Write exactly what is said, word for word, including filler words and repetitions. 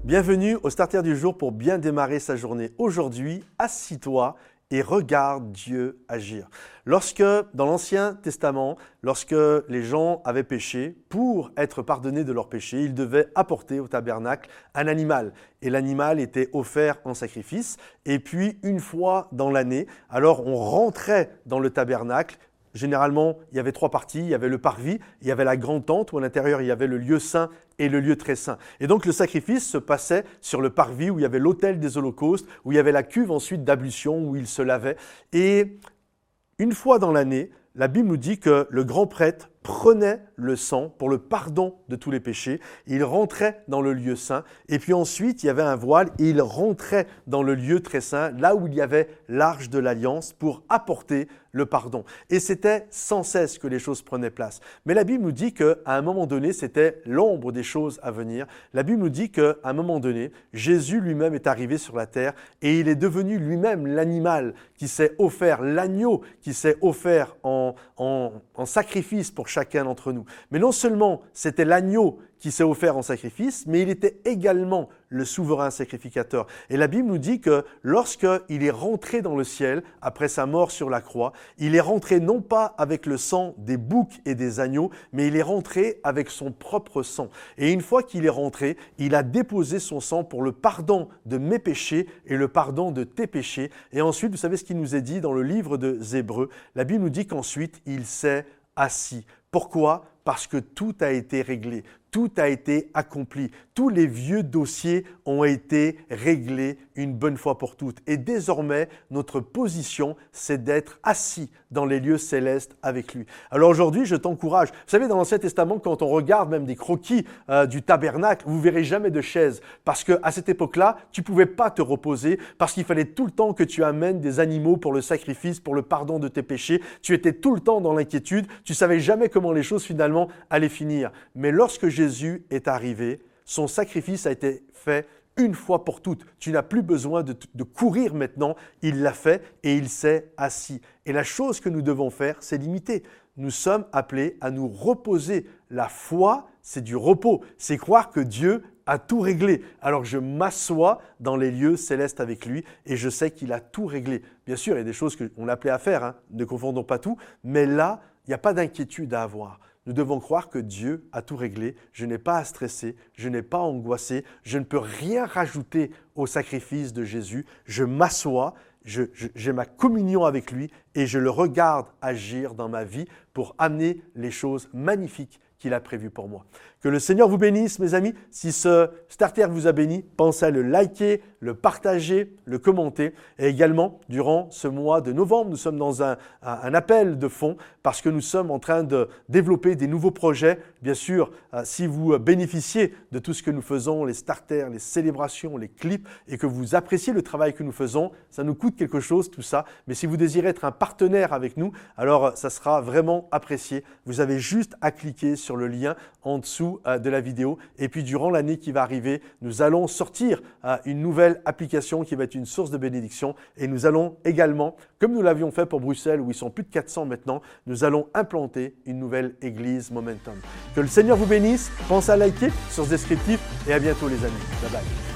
Bienvenue au Starter du jour pour bien démarrer sa journée. Aujourd'hui, assis-toi et regarde Dieu agir. Lorsque, dans l'Ancien Testament, lorsque les gens avaient péché, pour être pardonnés de leurs péchés, ils devaient apporter au tabernacle un animal. Et l'animal était offert en sacrifice. Et puis, une fois dans l'année, alors on rentrait dans le tabernacle. Généralement, il y avait trois parties. Il y avait le parvis, il y avait la grande tente où à l'intérieur, il y avait le lieu saint et le lieu très saint. Et donc, le sacrifice se passait sur le parvis où il y avait l'autel des holocaustes, où il y avait la cuve ensuite d'ablution, où il se lavait. Et une fois dans l'année, la Bible nous dit que le grand prêtre prenait le sang pour le pardon de tous les péchés. Il rentrait dans le lieu saint et puis ensuite il y avait un voile et il rentrait dans le lieu très saint, là où il y avait l'arche de l'alliance pour apporter le pardon. Et c'était sans cesse que les choses prenaient place. Mais la Bible nous dit qu'à un moment donné, c'était l'ombre des choses à venir. La Bible nous dit qu'à un moment donné, Jésus lui-même est arrivé sur la terre et il est devenu lui-même l'animal qui s'est offert, l'agneau qui s'est offert en, en, en sacrifice pour chacun d'entre nous. Mais non seulement c'était l'agneau qui s'est offert en sacrifice, mais il était également le souverain sacrificateur. Et la Bible nous dit que lorsqu'il est rentré dans le ciel, après sa mort sur la croix, il est rentré non pas avec le sang des boucs et des agneaux, mais il est rentré avec son propre sang. Et une fois qu'il est rentré, il a déposé son sang pour le pardon de mes péchés et le pardon de tes péchés. Et ensuite, vous savez ce qu'il nous est dit dans le livre des Hébreux. La Bible nous dit qu'ensuite, il s'est assis. Pourquoi ? Parce que tout a été réglé, tout a été accompli. Tous les vieux dossiers ont été réglés une bonne fois pour toutes. Et désormais, notre position, c'est d'être assis dans les lieux célestes avec lui. Alors aujourd'hui, je t'encourage. Vous savez, dans l'Ancien Testament, quand on regarde même des croquis euh, du tabernacle, vous ne verrez jamais de chaise. Parce qu'à cette époque-là, tu ne pouvais pas te reposer parce qu'il fallait tout le temps que tu amènes des animaux pour le sacrifice, pour le pardon de tes péchés. Tu étais tout le temps dans l'inquiétude. Tu ne savais jamais comment les choses finalement allaient finir. Mais lorsque Jésus est arrivé, son sacrifice a été fait une fois pour toutes. Tu n'as plus besoin de, de courir maintenant. Il l'a fait et il s'est assis. Et la chose que nous devons faire, c'est l'imiter. Nous sommes appelés à nous reposer. La foi, c'est du repos. C'est croire que Dieu a tout réglé. Alors je m'assois dans les lieux célestes avec lui et je sais qu'il a tout réglé. Bien sûr, il y a des choses qu'on l'appelait à faire, hein, ne confondons pas tout, mais là, il n'y a pas d'inquiétude à avoir. Nous devons croire que Dieu a tout réglé. Je n'ai pas à stresser, je n'ai pas à angoisser, je ne peux rien rajouter au sacrifice de Jésus. Je m'assois, je, je, j'ai ma communion avec lui et je le regarde agir dans ma vie pour amener les choses magnifiques qu'il a prévues pour moi. Que le Seigneur vous bénisse, mes amis. Si ce starter vous a béni, pensez à le liker, le partager, le commenter. Et également, durant ce mois de novembre, nous sommes dans un, un, un appel de fonds parce que nous sommes en train de développer des nouveaux projets. Bien sûr, euh, si vous bénéficiez de tout ce que nous faisons, les starters, les célébrations, les clips, et que vous appréciez le travail que nous faisons, ça nous coûte quelque chose, tout ça. Mais si vous désirez être un partenaire avec nous, alors ça sera vraiment apprécié. Vous avez juste à cliquer sur le lien en dessous de la vidéo. Et puis, durant l'année qui va arriver, nous allons sortir une nouvelle application qui va être une source de bénédiction. Et nous allons également, comme nous l'avions fait pour Bruxelles, où ils sont plus de quatre cents maintenant, nous allons implanter une nouvelle église Momentum. Que le Seigneur vous bénisse. Pensez à liker sur ce descriptif et à bientôt les amis. Bye bye.